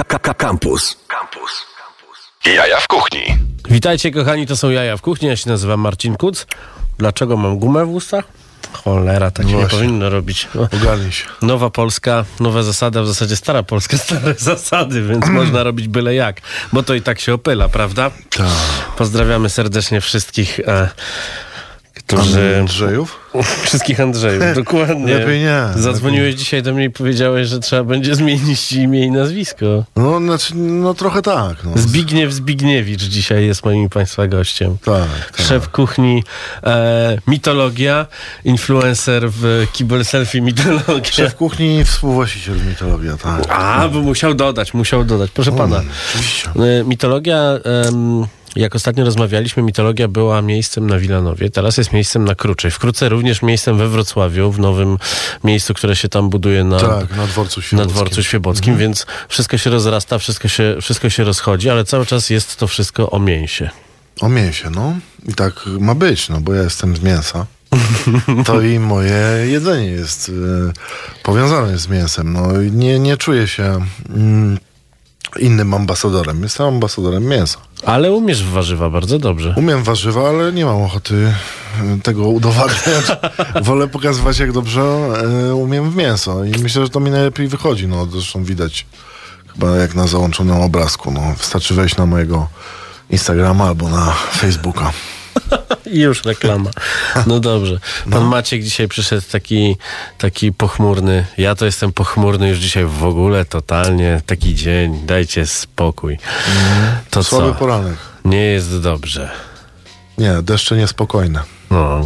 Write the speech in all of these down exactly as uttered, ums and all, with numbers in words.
Campus. Campus. Jaja w kuchni. Witajcie kochani, to są Jaja w kuchni. Ja się nazywam Marcin Kuc. Dlaczego mam gumę w ustach? Cholera, tak się nie powinno robić. No, ogarnij się. Nowa Polska, nowe zasady, a w zasadzie stara Polska, stare zasady, więc można robić byle jak, bo to i tak się opyla, prawda? Tak. Pozdrawiamy serdecznie wszystkich, e, którzy... Andrzejów? Wszystkich Andrzejów, dokładnie. Lepiej nie. Zadzwoniłeś lepiej. dzisiaj do mnie i powiedziałeś, że trzeba będzie zmienić imię i nazwisko. No, znaczy, no trochę tak. No. Zbigniew Zbigniewicz dzisiaj jest moim Państwa gościem. Tak, tak. Szef kuchni, e, mitologia, influencer w Kibel Selfie mitologia. Szef kuchni, współwłaściciel mitologia, tak. A, bo musiał dodać, musiał dodać. Proszę pana, Mm, oczywiście. e, mitologia... Em, Jak ostatnio rozmawialiśmy, mitologia była miejscem na Wilanowie, teraz jest miejscem na Kruczej. Wkrótce również miejscem we Wrocławiu, w nowym miejscu, które się tam buduje na, tak, na dworcu świebockim. Na dworcu świebockim, mhm. Więc wszystko się rozrasta, wszystko się, wszystko się rozchodzi, ale cały czas jest to wszystko o mięsie. O mięsie, no. I tak ma być, no bo ja jestem z mięsa. To i moje jedzenie jest y, powiązane z mięsem. No i nie, nie czuję się... Mm, innym ambasadorem. Jestem ambasadorem mięsa. Ale umiesz w warzywa bardzo dobrze. Umiem warzywa, ale nie mam ochoty tego udowadniać. Wolę pokazywać, jak dobrze e, umiem w mięso. I myślę, że to mi najlepiej wychodzi. No, zresztą widać chyba jak na załączonym obrazku. No, wystarczy wejść na mojego Instagrama albo na Facebooka. I już reklama. No dobrze. Pan no. Maciek dzisiaj przyszedł taki, taki pochmurny. Ja to jestem pochmurny już dzisiaj w ogóle, totalnie. Taki dzień. Dajcie spokój. Mm. To Słaby co? poranek. Nie jest dobrze. Nie, deszcze niespokojne. No.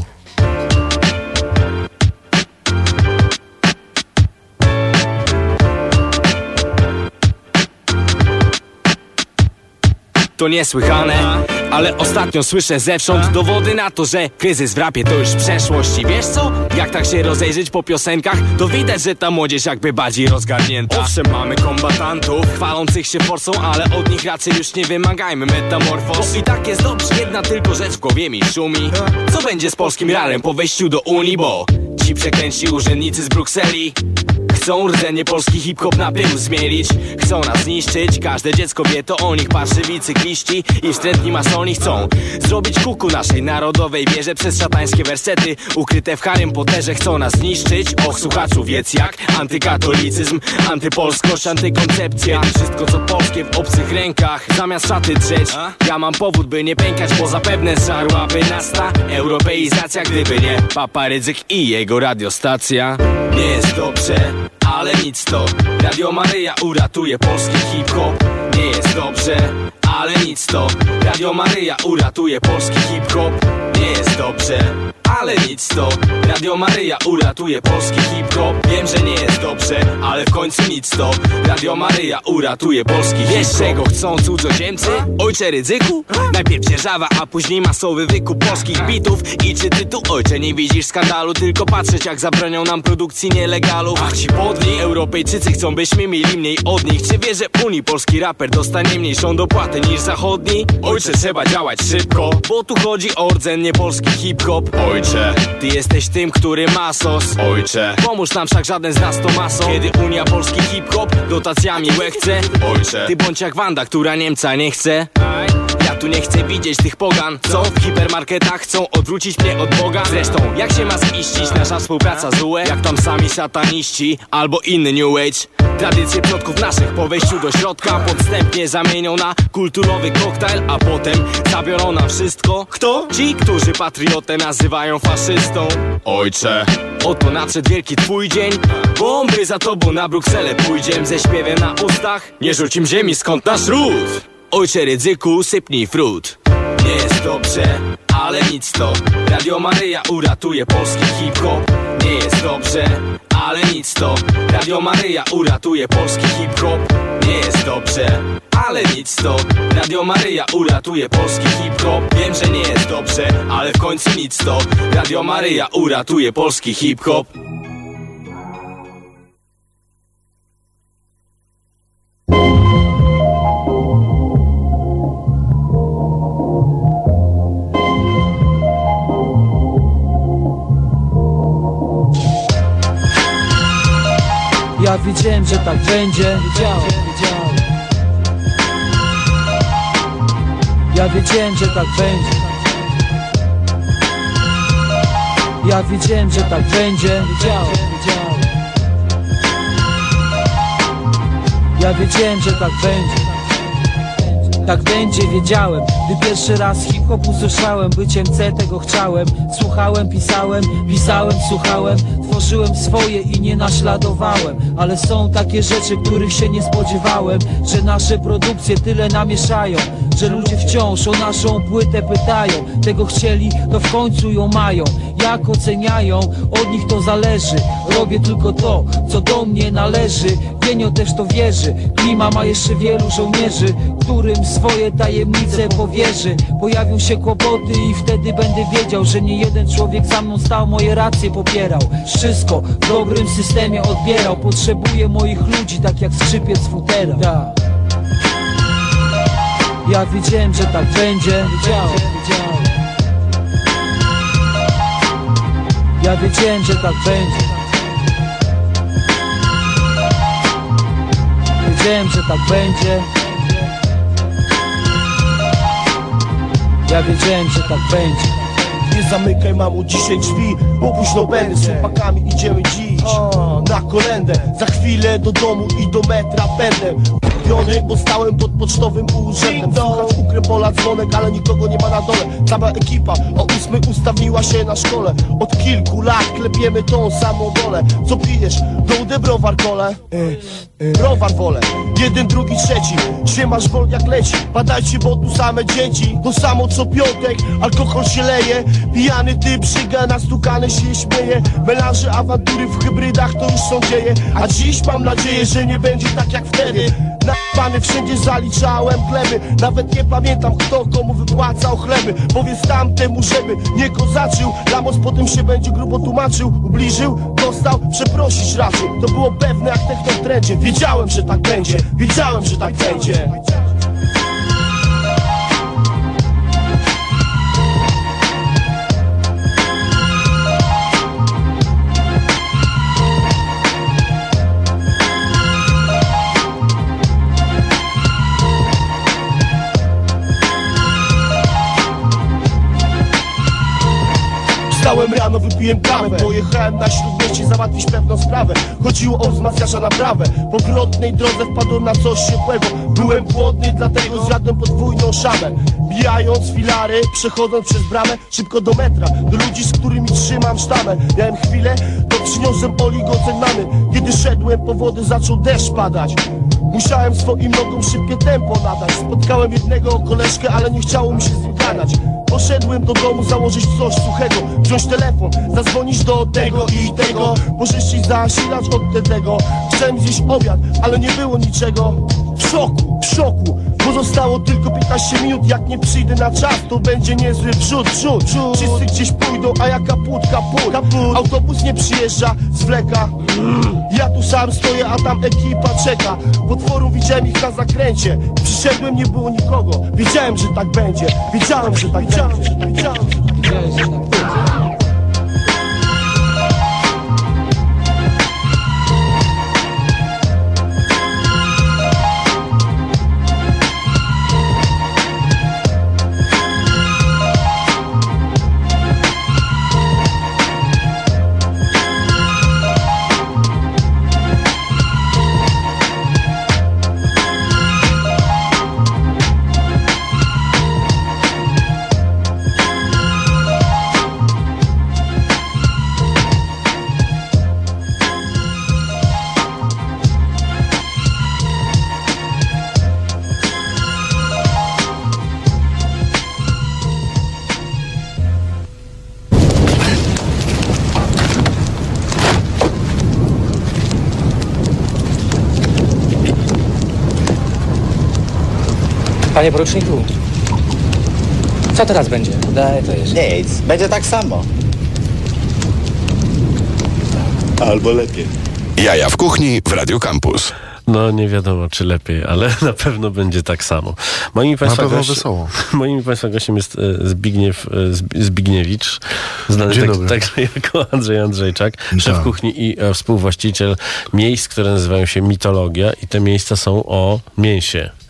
To niesłychane, ale ostatnio słyszę zewsząd dowody na to, że kryzys w rapie to już przeszłość. I wiesz co? Jak tak się rozejrzeć po piosenkach, to widać, że ta młodzież jakby bardziej rozgarnięta. Owszem, mamy kombatantów chwalących się forsą, ale od nich raczej już nie wymagajmy metamorfoz. Bo i tak jest dobrze, jedna tylko rzecz w głowie mi szumi. Co będzie z polskim ralem po wejściu do Unii, bo ci przekręci urzędnicy z Brukseli chcą rdzenie polski hip-hop na pył zmielić. Chcą nas zniszczyć, każde dziecko wie to o nich. Parszywi cykliści i wstrętni masoni chcą zrobić kuku naszej narodowej wierze przez szatańskie wersety ukryte w Harrym Potterze. Chcą nas zniszczyć, och słuchaczu wiedz jak antykatolicyzm, antypolskość, antykoncepcja. Wszystko co polskie w obcych rękach zamiast szaty drzeć. Ja mam powód by nie pękać, bo zapewne zżarłaby nas ta europeizacja, gdyby nie Papa Rydzyk i jego radiostacja. Nie jest dobrze, ale nic to Radio Maryja uratuje polski hip-hop. Nie jest dobrze, ale nic to Radio Maryja uratuje polski hip-hop. Nie jest dobrze, ale nic to Radio Maryja uratuje polski hip-hop. Wiem, że nie jest dobrze, ale w końcu nic to Radio Maryja uratuje polski hip-hop. Wiesz czego chcą cudzoziemcy? Ojcze Rydzyku? Najpierw dzierżawa, a później masowy wykup polskich bitów. I czy ty tu, ojcze, nie widzisz skandalu? Tylko patrzeć jak zabronią nam produkcji nielegalów. Ach ci podli, Europejczycy chcą byśmy mieli mniej od nich. Czy wiesz, że w Unii polski raper dostanie mniejszą dopłatę niż zachodni? Ojcze, trzeba działać szybko, bo tu chodzi o rdzennie polski hip-hop. Ojcze, ty jesteś tym, który ma sos. Ojcze, pomóż nam, wszak żaden z nas to maso. Kiedy Unia polski hip-hop dotacjami łechce. Ojcze, ty bądź jak Wanda, która Niemca nie chce. Ja tu nie chcę widzieć tych pogan, co w hipermarketach chcą odwrócić mnie od Boga. Zresztą, jak się ma ziścić nasza współpraca z U E? Jak tam sami sataniści albo inny New Age. Tradycje przodków naszych po wejściu do środka podstępnie zamienią na kulturowy koktajl, a potem zabiorą nam wszystko. Kto? Ci, którzy patriotę nazywają faszystą. Ojcze, oto nadszedł wielki twój dzień. Bomby za tobą na Brukselę pójdziem ze śpiewem na ustach. Nie rzuć im ziemi, skąd nasz ród? Ojcze Rydzyku, sypnij frut. Nie jest dobrze, ale nic to Radio Maryja uratuje polski hip-hop. Nie jest dobrze, ale nic to Radio Maryja uratuje polski hip-hop. Nie jest dobrze, ale nic to Radio Maryja uratuje polski hip-hop. Wiem, że nie jest dobrze, ale w końcu nic to Radio Maryja uratuje polski hip-hop. Ja wiedziałem, że tak będzie. Wiedziałem, wiedziałem. wiedziałem, że tak będzie. Ja wiedziałem, że tak będzie. Wiedziałem, wiedziałem. Ja wiedziałem, że tak będzie. Tak będzie, wiedziałem. Gdy pierwszy raz hip-hop usłyszałem, być M C tego chciałem. Słuchałem, pisałem, pisałem, słuchałem. Tworzyłem swoje i nie naśladowałem. Ale są takie rzeczy, których się nie spodziewałem. Że nasze produkcje tyle namieszają, że ludzie wciąż o naszą płytę pytają. Tego chcieli, to w końcu ją mają. Jak oceniają, od nich to zależy. Robię tylko to, co do mnie należy. Genio też to wierzy. Klima ma jeszcze wielu żołnierzy, którym swoje tajemnice powierzy. Pojawią się kłopoty i wtedy będę wiedział, że nie jeden człowiek za mną stał, moje racje popierał. Wszystko w dobrym systemie odbierał. Potrzebuję moich ludzi, tak jak skrzypiec futera. Da. Ja wiedziałem, że tak będzie. Wiedziałem, wiedziałem. Ja wiedziałem, że tak będzie. Wiedziałem, że tak będzie. Ja wiedziałem, że tak będzie. Nie zamykaj, mamo, dzisiaj drzwi, bo późno będę. Z chłopakami idziemy dziś na kolędę. Za chwilę do domu i do metra będę kupiony, bo stałem pod pocztowym urzędem. Słuchać ukrepola dzwonek, ale nikogo nie ma na dole. Cała ekipa o ósmej ustawiła się na szkole. Od kilku lat klepiemy tą samą wolę. Co pijesz? Gołdę, browar, kole? Browar wolę. Jeden, drugi, trzeci. Trzymasz wol jak leci. Badajcie, bo tu same dzieci. To samo co piątek, alkohol się leje. Pijany typ szyga, nastukany się śmieje. Melanże, awantury w hybrydach to już są dzieje. A dziś mam nadzieję, że nie będzie tak jak wtedy. Napany wszędzie zaliczałem chleby. Nawet nie pamiętam, kto komu wypłacał chleby. Powiedz tamtemu, żeby nie kozaczył. Lamos potem się będzie grubo tłumaczył. Ubliżył, dostał, przeprosić raczył. To było pewne jak techno w trendzie. Wiedziałem, że tak będzie. Wiedziałem, że tak będzie. Wstałem rano, wypiłem kawę. Pojechałem na Śródmieście załatwić pewną sprawę. Chodziło o wzmacniacza naprawę. Po wrotnej drodze wpadłem na coś ciepłego. Byłem głodny, dlatego zjadłem podwójną szamę. Bijając filary, przechodząc przez bramę, szybko do metra, do ludzi, z którymi trzymam sztamę. Miałem chwilę, to przyniosłem oligocennany. Kiedy szedłem po wodę, zaczął deszcz padać. Musiałem swoim nogom szybkie tempo nadać. Spotkałem jednego koleżkę, ale nie chciało mi się z nim gadać. Poszedłem do domu założyć coś suchego, wziąć telefon, zadzwonić do tego i tego. Pożyczyć zasilacz od tego. Chciałem zjeść obiad, ale nie było niczego. W szoku, w szoku. Pozostało tylko piętnaście minut, jak nie przyjdę na czas, to będzie niezły wrzut, wrzut, wrzut. Wszyscy gdzieś pójdą, a ja kaput, kaput, kaput. Autobus nie przyjeżdża, zwleka. Ja tu sam stoję, a tam ekipa czeka. Potworu widziałem ich na zakręcie. Przyszedłem, nie było nikogo. Wiedziałem, że tak będzie. Wiedziałem, że tak będzie. Wiedziałem, że tak będzie. Panie poruczniku, co teraz będzie? Daj to jeszcze. Nic, będzie tak samo. Albo lepiej. Jaja w kuchni w Radiu Campus. No nie wiadomo, czy lepiej, ale na pewno będzie tak samo. Moimi Państwa, na pewno gości, wesoło. Moimi Państwa gościem jest Zbigniew Zbigniewicz, znany tak, także jako Andrzej Andrzejczak, szef tak. kuchni i e, współwłaściciel miejsc, które nazywają się Mitologia i te miejsca są o mięsie.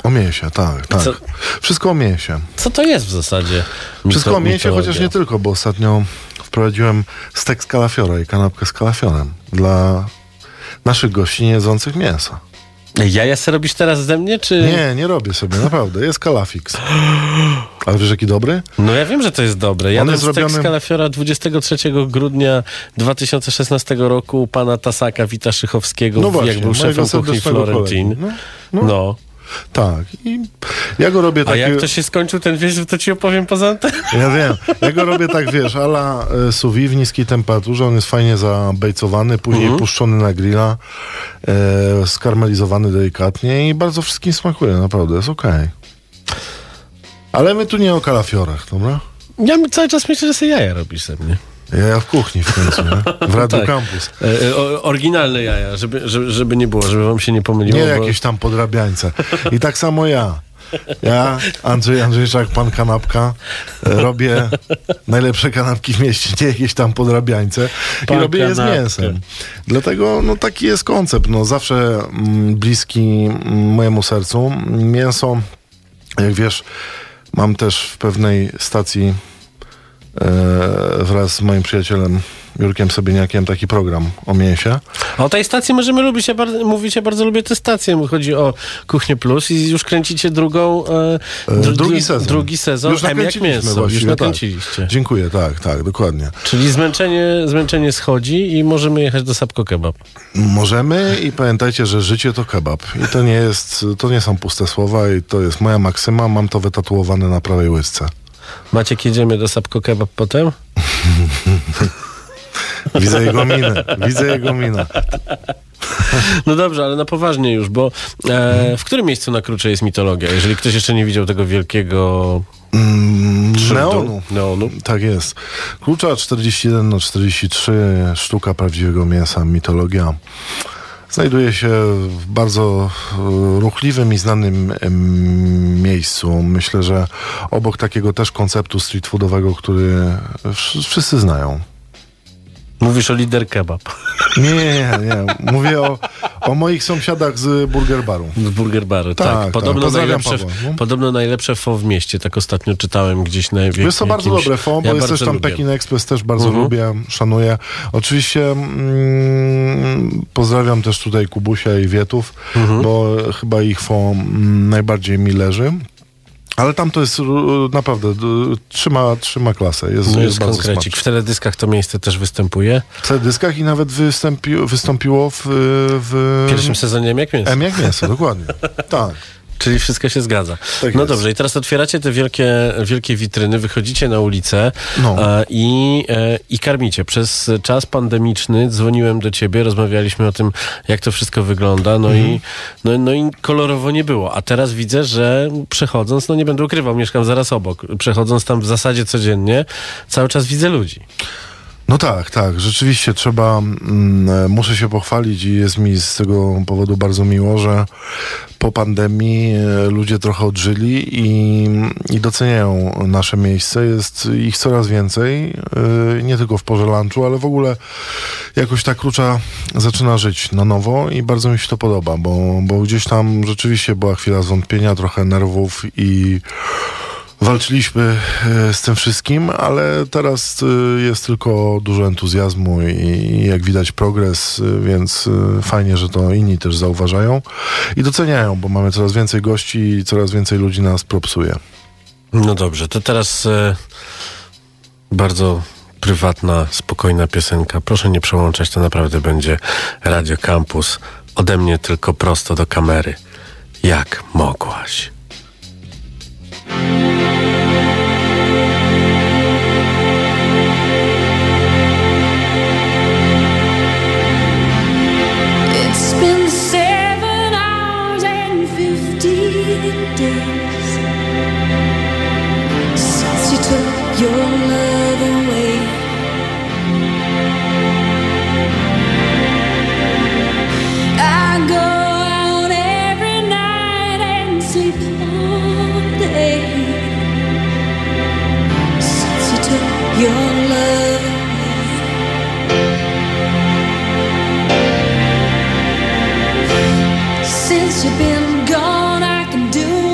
O mięsie, tak, tak. Co? Wszystko o mięsie. Co to jest w zasadzie? Wszystko Mito- o mięsie, mitologia? chociaż nie tylko, bo ostatnio wprowadziłem stek z kalafiora i kanapkę z kalafiorem dla naszych gości nie jedzących mięsa. Jaja se robisz teraz ze mnie, czy... Nie, nie robię sobie, naprawdę. Jest kalafix. Ale wiesz, jaki dobry? No ja wiem, że to jest dobre. Ja On jest jest stek z zrobiony- kalafiora dwudziestego trzeciego grudnia dwa tysiące szesnastego roku u pana Tasaka Wita Szychowskiego, No właśnie, jak był mojego szefem kuchni serdecznego Florentin. kolegi. No. No, no. no. Tak. I ja go robię A tak... jak to się skończył ten wieczór, to ci opowiem poza anteną. Ja wiem. Ja go robię tak, wiesz, a la e, sous vide w niskiej temperaturze. On jest fajnie zabejcowany, później Mhm. puszczony na grilla, e, skarmelizowany delikatnie i bardzo wszystkim smakuje, naprawdę. Jest okej. Ale my tu nie o kalafiorach, dobra? Ja mi cały czas myślę, że sobie jaja robisz ze mnie. Ja w kuchni w końcu, nie? W Radiu Tak. Campus. E, e, o- oryginalne jaja, żeby, żeby, żeby nie było, żeby wam się nie pomyliło. Nie bo... jakieś tam podrabiańce. I tak samo ja. Ja, Andrzej Andrzejczak, pan Kanapka, e, robię najlepsze kanapki w mieście, nie jakieś tam podrabiańce. I Pan robię je z Kanapkę. mięsem. Dlatego no, taki jest koncept. No, zawsze mm, bliski mm, mojemu sercu. Mięso, jak wiesz, mam też w pewnej stacji e, wraz z moim przyjacielem Jurkiem Sobieniakiem taki program o mięsie. A o tej stacji możemy lubić, ja bardzo, mówić, ja bardzo lubię tę stację. Chodzi o Kuchnię Plus i już kręcicie drugą... E, E, dru- drugi sezon. Drugi sezon, Już M jak nakręciliśmy mięso. Już właściwie, nakręciliście. tak. Dziękuję, tak, tak, dokładnie. Czyli zmęczenie, zmęczenie schodzi i możemy jechać do Sapko Kebab. Możemy i pamiętajcie, że życie to kebab. I to nie jest, to nie są puste słowa i to jest moja maksyma, mam to wytatuowane na prawej łydce. Maciek, jedziemy do Sapko Kebab potem? Widzę jego minę, widzę jego minę. No dobrze, ale na poważnie już, bo e, w którym miejscu na Krucze jest mitologia? Jeżeli ktoś jeszcze nie widział tego wielkiego... Mm, szyldu? neonu. Neonu. Tak jest. Klucza czterdzieści jeden na czterdzieści trzy, sztuka prawdziwego mięsa, mitologia. Znajduje się w bardzo e, ruchliwym i znanym em, miejscu. Myślę, że obok takiego też konceptu street foodowego, który wsz- wszyscy znają. Mówisz o Lider Kebab. Nie, nie, nie. nie. Mówię o, o moich sąsiadach z Burger Baru. Z Burger Baru, tak. Tak, tak. Podobno, Pozdrawiam najlepsze, Pawła, no. podobno najlepsze fo w mieście, tak ostatnio czytałem gdzieś na w Jest to bardzo jakimś- dobre fo, bo ja jest bardzo też tam lubię. Pekin Express, też bardzo Mhm. lubię, szanuję. Oczywiście mm, pozdrawiam też tutaj Kubusia i Wietów, Mhm. bo chyba ich fo mm, najbardziej mi leży. Ale tam to jest r- naprawdę, d- trzyma, trzyma klasę. Jest, No jest jest bardzo konkrecik. smaczne. W teledyskach to miejsce też występuje. W teledyskach i nawet wystąpi, wystąpiło w, w W pierwszym sezonie M jak mięso. M jak mięso, dokładnie. Tak. Czyli wszystko się zgadza. Tak no jest. dobrze, i teraz otwieracie te wielkie, wielkie witryny, wychodzicie na ulicę No. e, i, e, i karmicie. Przez czas pandemiczny dzwoniłem do ciebie, rozmawialiśmy o tym, jak to wszystko wygląda, no, Mhm. i, no, no i kolorowo nie było. A teraz widzę, że przechodząc, no nie będę ukrywał, mieszkam zaraz obok, przechodząc tam w zasadzie codziennie, cały czas widzę ludzi. No tak, tak, rzeczywiście trzeba, mm, muszę się pochwalić i jest mi z tego powodu bardzo miło, że po pandemii e, ludzie trochę odżyli i, i doceniają nasze miejsce. Jest ich coraz więcej, e, nie tylko w porze lunchu, ale w ogóle jakoś ta Krucza zaczyna żyć na nowo i bardzo mi się to podoba, bo, bo gdzieś tam rzeczywiście była chwila zwątpienia, trochę nerwów i walczyliśmy e, z tym wszystkim, ale teraz e, jest tylko dużo entuzjazmu i, i jak widać progres, e, więc e, fajnie, że to inni też zauważają i doceniają, bo mamy coraz więcej gości i coraz więcej ludzi nas propsuje. No dobrze, to teraz e, bardzo prywatna, spokojna piosenka. Proszę nie przełączać, to naprawdę będzie Radio Campus. Ode mnie tylko prosto do kamery. Jak mogłaś? It's been seven hours and fifteen days since you took your love away. I go out every night and sleep all day since you took your love away. Since you've been gone, I can do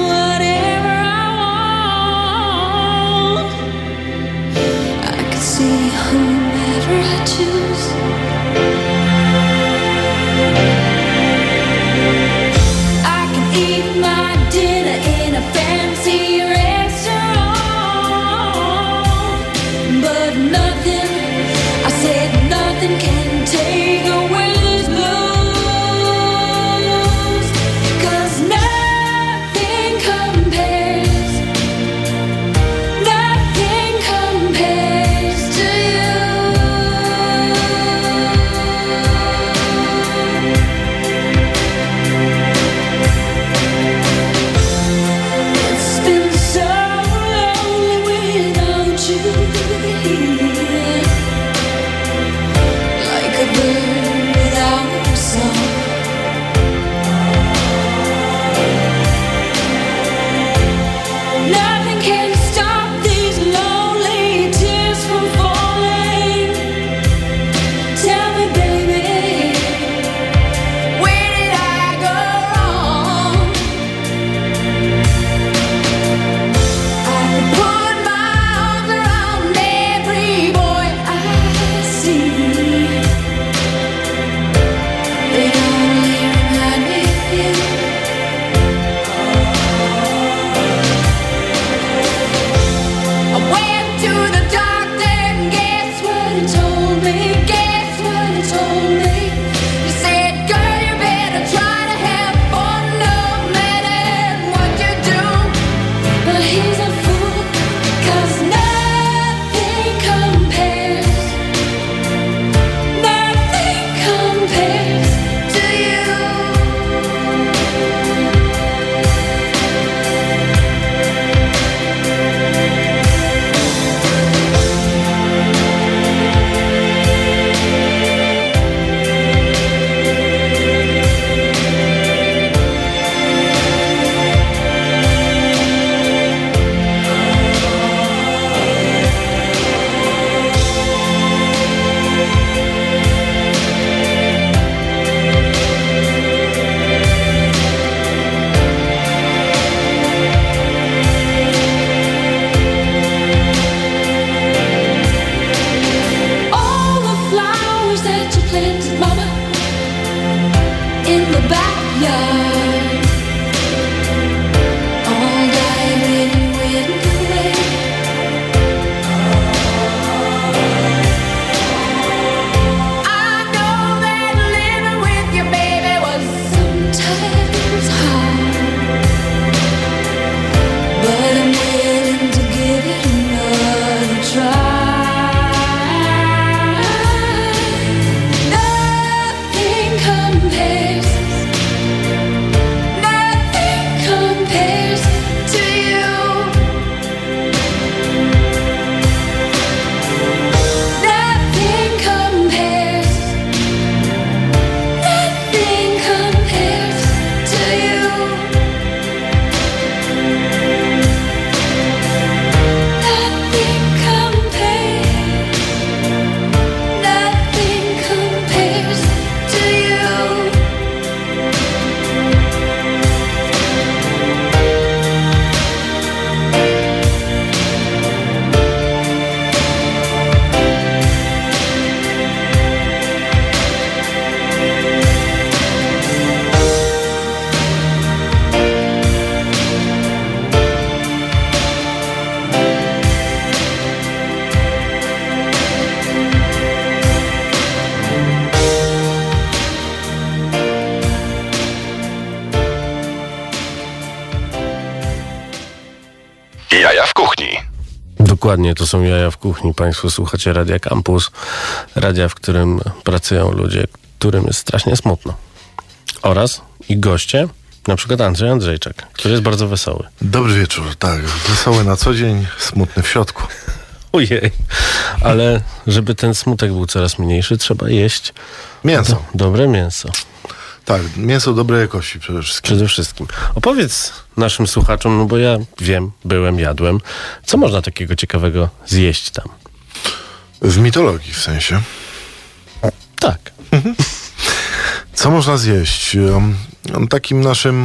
Jaja w kuchni. Dokładnie, to są Jaja w kuchni. Państwo słuchacie Radia Campus, radia, w którym pracują ludzie, którym jest strasznie smutno. Oraz i goście, na przykład Andrzej Andrzejczak, który jest bardzo wesoły. Dobry wieczór, tak. Wesoły na co dzień, smutny w środku. Ojej, ale żeby ten smutek był coraz mniejszy, trzeba jeść Mięso. Do, dobre mięso. Tak, mięso dobrej jakości przede wszystkim. Przede wszystkim. Opowiedz naszym słuchaczom, no bo ja wiem, byłem, jadłem, co można takiego ciekawego zjeść tam? W mitologii w sensie. Tak. Co można zjeść? Um, takim naszym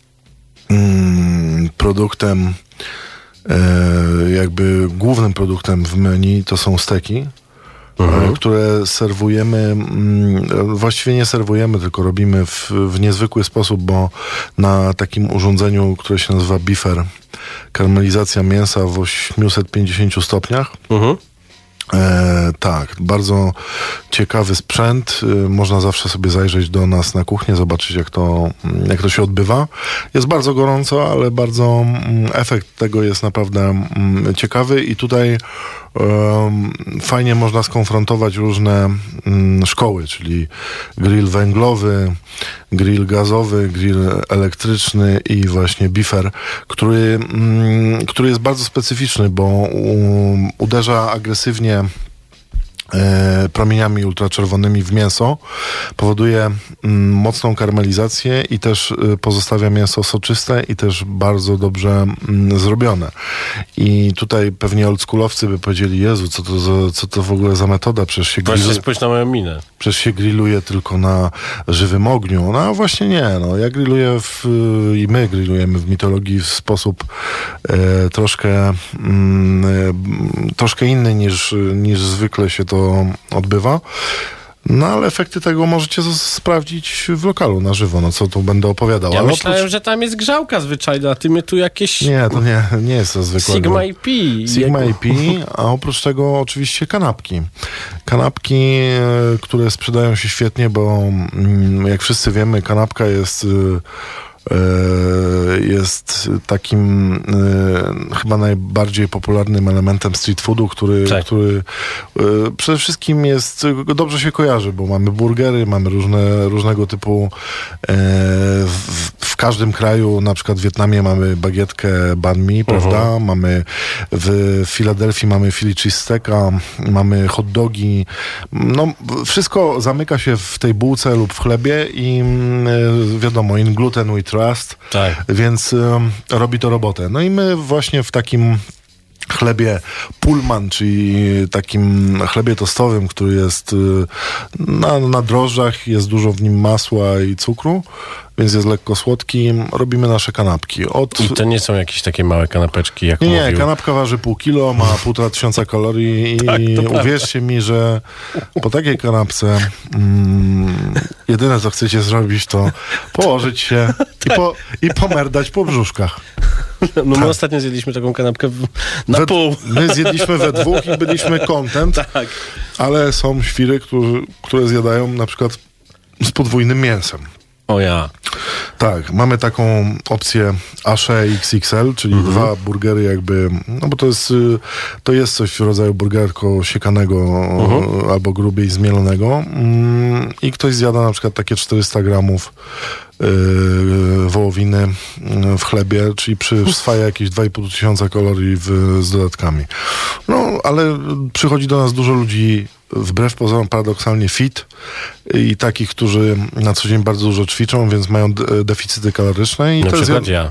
mm, produktem, e, jakby głównym produktem w menu to są steki, mhm. e, które serwujemy, mm, właściwie nie serwujemy, tylko robimy w, w niezwykły sposób, bo na takim urządzeniu, które się nazywa bifer, karmelizacja mięsa w osiemset pięćdziesięciu stopniach. Mhm. E, tak, bardzo ciekawy sprzęt. E, można zawsze sobie zajrzeć do nas na kuchnię, zobaczyć jak to, jak to się odbywa. Jest bardzo gorąco, ale bardzo mm, efekt tego jest naprawdę mm, ciekawy i tutaj e, fajnie można skonfrontować różne mm, szkoły, czyli grill węglowy, grill gazowy, grill elektryczny i właśnie bifer, który, mm, który jest bardzo specyficzny, bo um, uderza agresywnie E, promieniami ultraczerwonymi w mięso, powoduje mm, mocną karmelizację i też y, pozostawia mięso soczyste i też bardzo dobrze mm, zrobione. I tutaj pewnie oldschoolowcy by powiedzieli, Jezu, co to, za, co to w ogóle za metoda? Przecież się Właśnie grilluje, spójrz na moją minę. Przecież się grilluje tylko na żywym ogniu. No a właśnie nie. No, ja grilluję w, i my grillujemy w mitologii w sposób e, troszkę mm, e, troszkę inny niż, niż zwykle się to odbywa. No ale efekty tego możecie z- sprawdzić w lokalu na żywo, no co tu będę opowiadał. Ja ale myślałem, oprócz... że tam jest grzałka zwyczajna, a ty mnie tu jakieś... Nie, to nie, nie jest to zwykłe. Sigma i Pi. Sigma i Pi, a oprócz tego oczywiście kanapki. Kanapki, e, które sprzedają się świetnie, bo mm, jak wszyscy wiemy, kanapka jest... E, jest takim e, chyba najbardziej popularnym elementem street foodu, który, tak. który e, przede wszystkim jest, dobrze się kojarzy, bo mamy burgery, mamy różne, różnego typu e, w, w każdym kraju, na przykład w Wietnamie mamy bagietkę banh mi, prawda? Uh-huh. Mamy w Filadelfii mamy Philly cheesesteaka, mamy hot dogi. No, wszystko zamyka się w tej bułce lub w chlebie i e, wiadomo, in gluten with trust, tak. Więc y, robi to robotę. No i my właśnie w takim chlebie Pullman, czyli takim chlebie tostowym, który jest y, na, na drożdżach, jest dużo w nim masła i cukru, więc jest lekko słodki. Robimy nasze kanapki. Od... I to nie są jakieś takie małe kanapeczki, jak Nie, mówił. nie, kanapka waży pół kilo, ma półtora tysiąca kalorii i tak, uwierzcie mi, że po takiej kanapce mm, jedyne, co chcecie zrobić, to położyć się i, po, i pomerdać po brzuszkach. No my tak. ostatnio zjedliśmy taką kanapkę w, na we, pół. My zjedliśmy we dwóch i byliśmy content, tak. Ale są świry, którzy, które zjadają na przykład z podwójnym mięsem. O ja. Tak, mamy taką opcję Ashe X X L, czyli mhm. dwa burgery jakby, no bo to jest, to jest coś w rodzaju burgerko siekanego mhm. albo grubiej zmielonego mm, i ktoś zjada na przykład takie czterysta gramów yy, wołowiny w chlebie, czyli przyswaja jakieś dwa i pół tysiąca kalorii w, z dodatkami. No, ale przychodzi do nas dużo ludzi wbrew pozorom paradoksalnie fit i takich, którzy na co dzień bardzo dużo ćwiczą, więc mają de- deficyty kaloryczne. I na to przykład zjad- ja.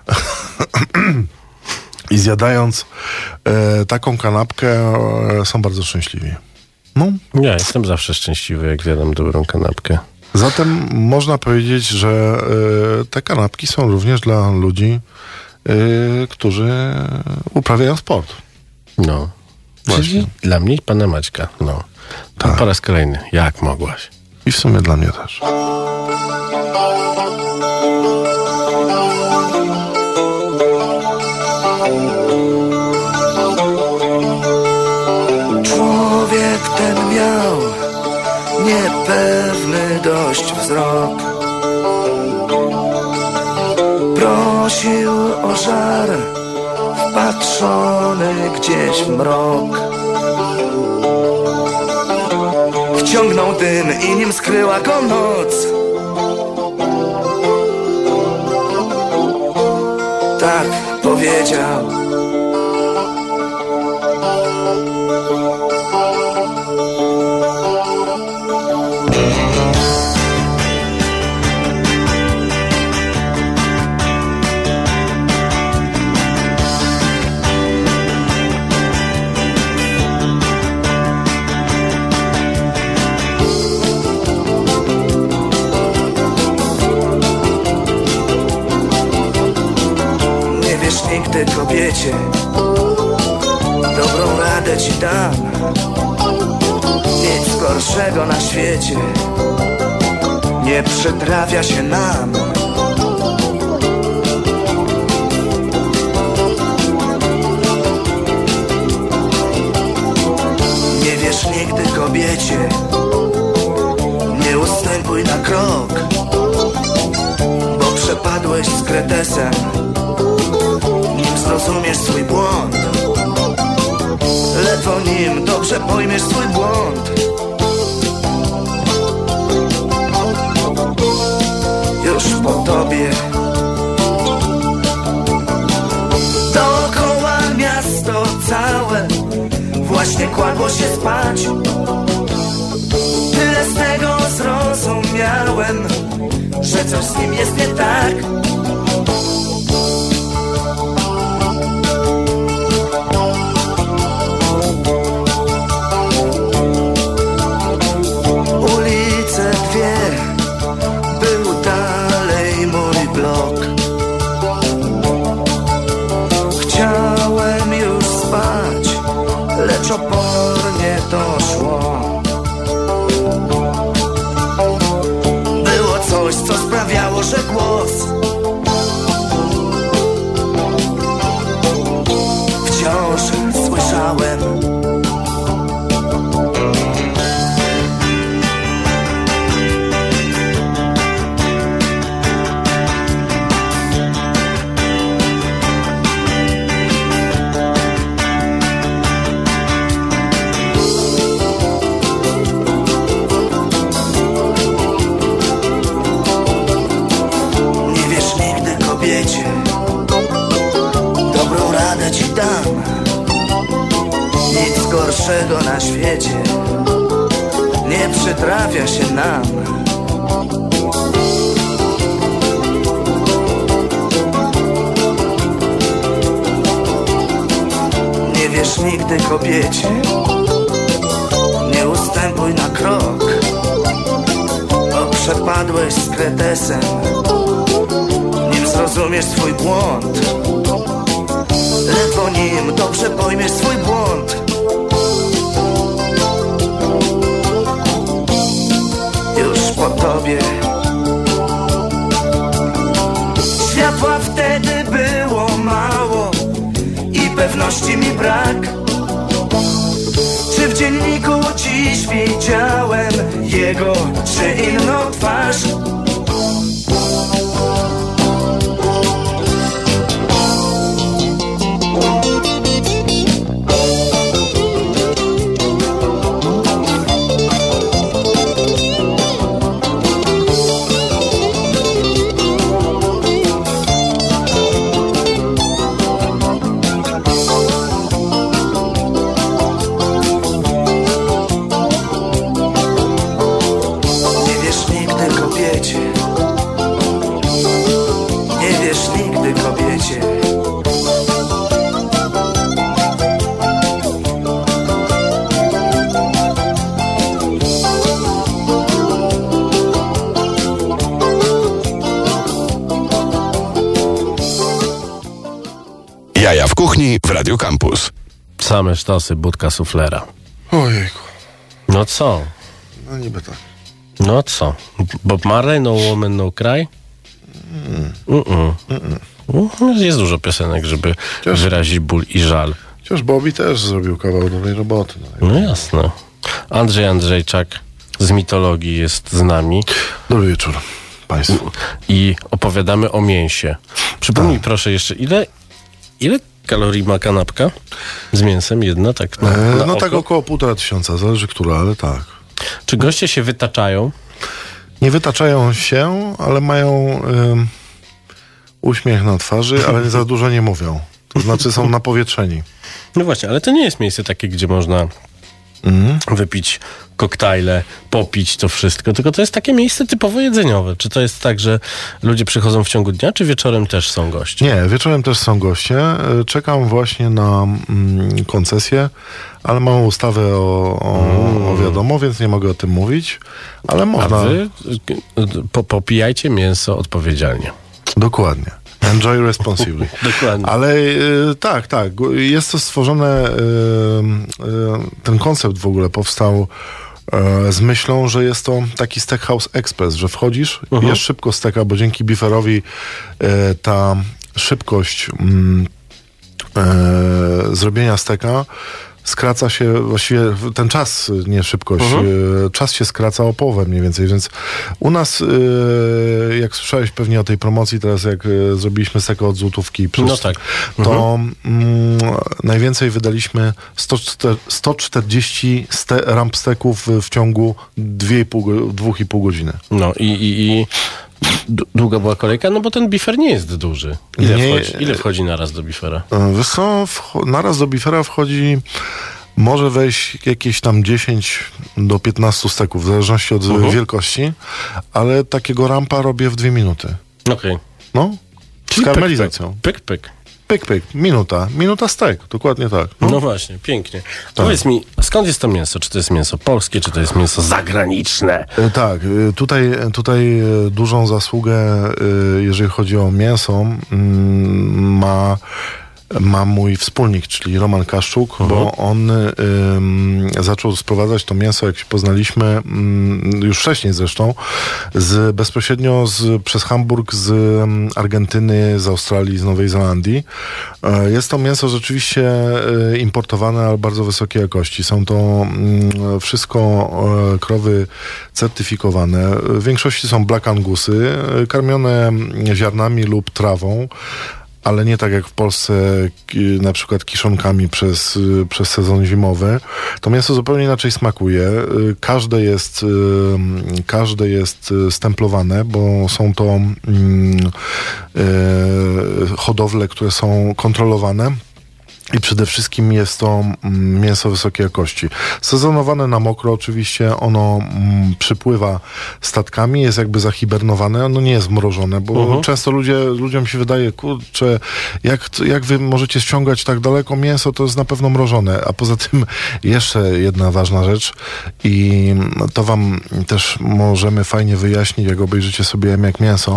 I zjadając e, taką kanapkę e, są bardzo szczęśliwi. No. Ja jestem zawsze szczęśliwy, jak zjadam dobrą kanapkę. Zatem można powiedzieć, że e, te kanapki są również dla ludzi, e, którzy uprawiają sport. No. Właśnie. Czyli dla mnie i pana Maćka. No. Tak. Po raz kolejny. Jak mogłaś? I w sumie dla mnie też. Człowiek ten miał niepewny dość wzrok. Prosił o żar wpatrzony gdzieś w mrok. Wciągnął dym i nim skryła go noc. Tak powiedział. Nigdy kobiecie dobrą radę ci dam. Nic gorszego na świecie nie przytrafia się nam. Nie wiesz nigdy kobiecie, nie ustępuj na krok, bo przepadłeś z kretesem, zrozumiesz swój błąd. Ledwo nim dobrze pojmiesz swój błąd. Już po tobie dookoła miasto całe właśnie kładło się spać. Tyle z tego zrozumiałem, że coś z nim jest nie tak. Lecz opornie to szło. Było coś, co sprawiało, że głos wciąż słyszałem. Dobrą radę ci dam. Nic gorszego na świecie nie przytrafia się nam. Nie wiesz nigdy kobiecie, nie ustępuj na krok, bo przepadłeś z kretesem, zrozumiesz swój błąd. Ledwo nim dobrze pojmiesz swój błąd. Już po tobie światła wtedy było mało i pewności mi brak. Czy w dzienniku dziś widziałem jego czy inną twarz? Jaja w kuchni w Radiu Campus. Same sztosy, budka suflera. Ojejku. No co? No niby tak. No co? Bob Marley, No Woman, No Cry? Mm. Mm-mm. Mm-mm. Jest dużo piosenek, żeby Chociaż... wyrazić ból i żal. Chociaż Bobby też zrobił kawał dobrej roboty. No, no jasne. Andrzej Andrzejczak z mitologii jest z nami. Dobry wieczór Państwu. I opowiadamy o mięsie. Przypomnij tak. proszę jeszcze, ile, ile kalorii ma kanapka z mięsem? Jedna, tak na, E, na no oko? tak około półtora tysiąca, zależy która, ale tak. Czy goście się wytaczają? Nie wytaczają się, ale mają ym, uśmiech na twarzy, ale za dużo nie mówią. To znaczy są napowietrzeni. No właśnie, ale to nie jest miejsce takie, gdzie można Mhm. wypić koktajle, popić to wszystko, tylko to jest takie miejsce typowo jedzeniowe. Czy to jest tak, że ludzie przychodzą w ciągu dnia, czy wieczorem też są goście? Nie, wieczorem też są goście. E, Czekam właśnie na mm, koncesję, ale mam ustawę o, o, Mm. o wiadomo, więc nie mogę o tym mówić, ale A można. wy y, po, popijajcie mięso odpowiedzialnie. Dokładnie. Enjoy responsibly. Dokładnie. Ale y, tak, tak. Go- Jest to stworzone, y, y, ten koncept w ogóle powstał y, z myślą, że jest to taki Steakhouse Express, że wchodzisz, Mhm. jesz szybko steka, bo dzięki beeferowi y, ta szybkość mm, y, zrobienia steka skraca się właściwie ten czas, nie szybkość, Mhm. y, czas się skraca o połowę mniej więcej, więc u nas, y, jak słyszałeś pewnie o tej promocji teraz, jak y, zrobiliśmy steka od złotówki, przez, No tak. to mm, najwięcej wydaliśmy sto czter- sto czterdzieści ste- ramp steków w, w ciągu dwie i pół go- dwóch i pół godziny. No i, i, i d- długa była kolejka, no bo ten bifer nie jest duży. Ile, Nie- wchodzi, ile wchodzi naraz do bifera? Y, Wiesz co, wcho- naraz do bifera wchodzi, może wejść jakieś tam dziesięć do piętnastu steków, w zależności od Mhm. wielkości, ale takiego rampa robię w dwie minuty. Okej. No, z Czyli karmelizacją. Pyk, pyk. Pyk, pyk, minuta. Minuta stek, dokładnie tak. No właśnie, pięknie. Powiedz mi, skąd jest to mięso? Czy to jest mięso polskie, czy to jest mięso zagraniczne? E, Tak, e, tutaj, tutaj e, dużą zasługę, e, jeżeli chodzi o mięso, mm, ma, ma mój wspólnik, czyli Roman Kaszczuk, bo on ym, zaczął sprowadzać to mięso, jak się poznaliśmy, ym, już wcześniej zresztą, z, bezpośrednio z, przez Hamburg z ym, Argentyny, z Australii, z Nowej Zelandii. E, Jest to mięso rzeczywiście e, importowane, ale bardzo wysokiej jakości. Są to mm, wszystko e, krowy certyfikowane. W większości są Black Angusy, e, karmione ziarnami lub trawą, ale nie tak jak w Polsce, ki- na przykład kiszonkami przez, y, przez sezon zimowy. To mięso zupełnie inaczej smakuje. Y, Każde jest, y, każde jest y, stemplowane, bo są to mm, y, hodowle, które są kontrolowane. I przede wszystkim jest to mm, mięso wysokiej jakości. Sezonowane na mokro oczywiście, ono mm, przypływa statkami, jest jakby zahibernowane, ono nie jest mrożone, bo Mhm. często ludzie, ludziom się wydaje, kurczę, jak, jak wy możecie ściągać tak daleko mięso, to jest na pewno mrożone. A poza tym jeszcze jedna ważna rzecz i to wam też możemy fajnie wyjaśnić, jak obejrzycie sobie Jem jak mięso.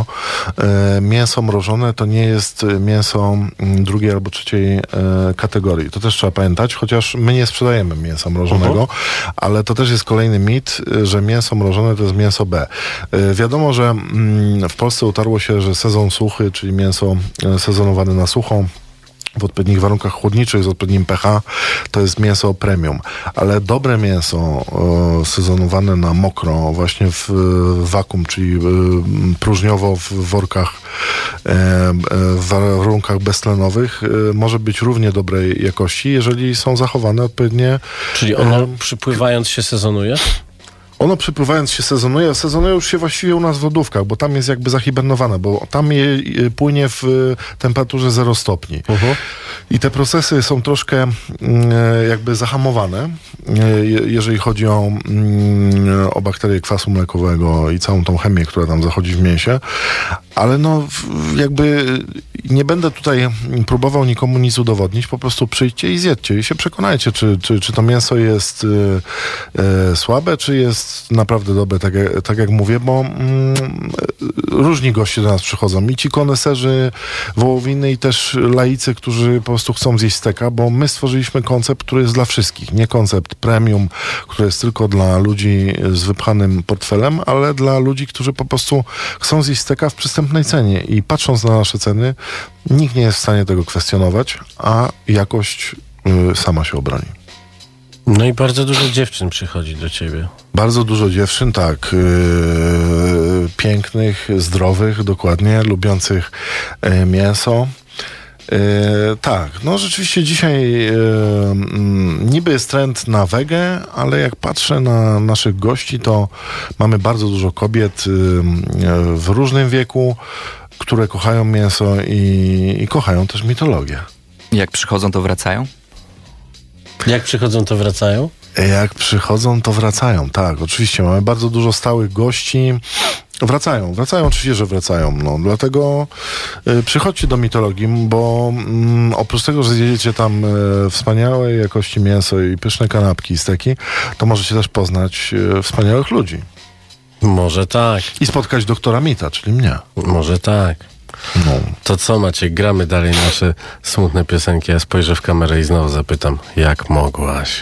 E, mięso mrożone to nie jest mięso mm, drugiej albo trzeciej e, kategorii. To też trzeba pamiętać, chociaż my nie sprzedajemy mięsa mrożonego, Mhm. ale to też jest kolejny mit, że mięso mrożone to jest mięso B. E, Wiadomo, że mm, w Polsce utarło się, że sezon suchy, czyli mięso e, sezonowane na sucho, w odpowiednich warunkach chłodniczych, z odpowiednim pH, to jest mięso premium. Ale dobre mięso e, sezonowane na mokro, właśnie w, w wakum, czyli e, próżniowo w workach, e, e, w warunkach beztlenowych, e, może być równie dobrej jakości, jeżeli są zachowane odpowiednie. Czyli ono e, przypływając się sezonuje? Ono przypływając się sezonuje, sezonuje już się właściwie u nas w lodówkach, bo tam jest jakby zahibernowane, bo tam je, je płynie w e, temperaturze zero stopni. I te procesy są troszkę mm, jakby zahamowane, e, je- jeżeli chodzi o, mm, o bakterie kwasu mlekowego i całą tą chemię, która tam zachodzi w mięsie. Ale no w- jakby nie będę tutaj próbował nikomu nic udowodnić, po prostu przyjdźcie i zjedzcie i się przekonajcie, czy, czy, czy to mięso jest e, e, słabe, czy jest naprawdę dobre, tak jak, tak jak mówię, bo mm, różni goście do nas przychodzą. I ci koneserzy wołowiny i też laicy, którzy po prostu chcą zjeść steka, bo my stworzyliśmy koncept, który jest dla wszystkich. Nie koncept premium, który jest tylko dla ludzi z wypchanym portfelem, ale dla ludzi, którzy po prostu chcą zjeść steka w przystępnej cenie. I patrząc na nasze ceny, nikt nie jest w stanie tego kwestionować, a jakość y, sama się obroni. No i bardzo dużo dziewczyn przychodzi do ciebie. Bardzo dużo dziewczyn, tak, yy, pięknych, zdrowych, dokładnie, lubiących yy, mięso. E, tak, no rzeczywiście dzisiaj e, m, niby jest trend na wegę, ale jak patrzę na naszych gości, to mamy bardzo dużo kobiet e, w różnym wieku, które kochają mięso i, i kochają też mitologię. Jak przychodzą, to wracają? Jak przychodzą, to wracają? Jak przychodzą, to wracają, tak, oczywiście. Mamy bardzo dużo stałych gości. Wracają, wracają, oczywiście, że wracają. No, dlatego y, przychodźcie do mitologii, bo mm, oprócz tego, że zjedziecie tam y, wspaniałej jakości mięso i pyszne kanapki i steki, to możecie też poznać y, wspaniałych ludzi. Może tak. I spotkać doktora Mita, czyli mnie. Może tak. No. To co, Maciek, gramy dalej nasze smutne piosenki. Ja spojrzę w kamerę i znowu zapytam, jak mogłaś?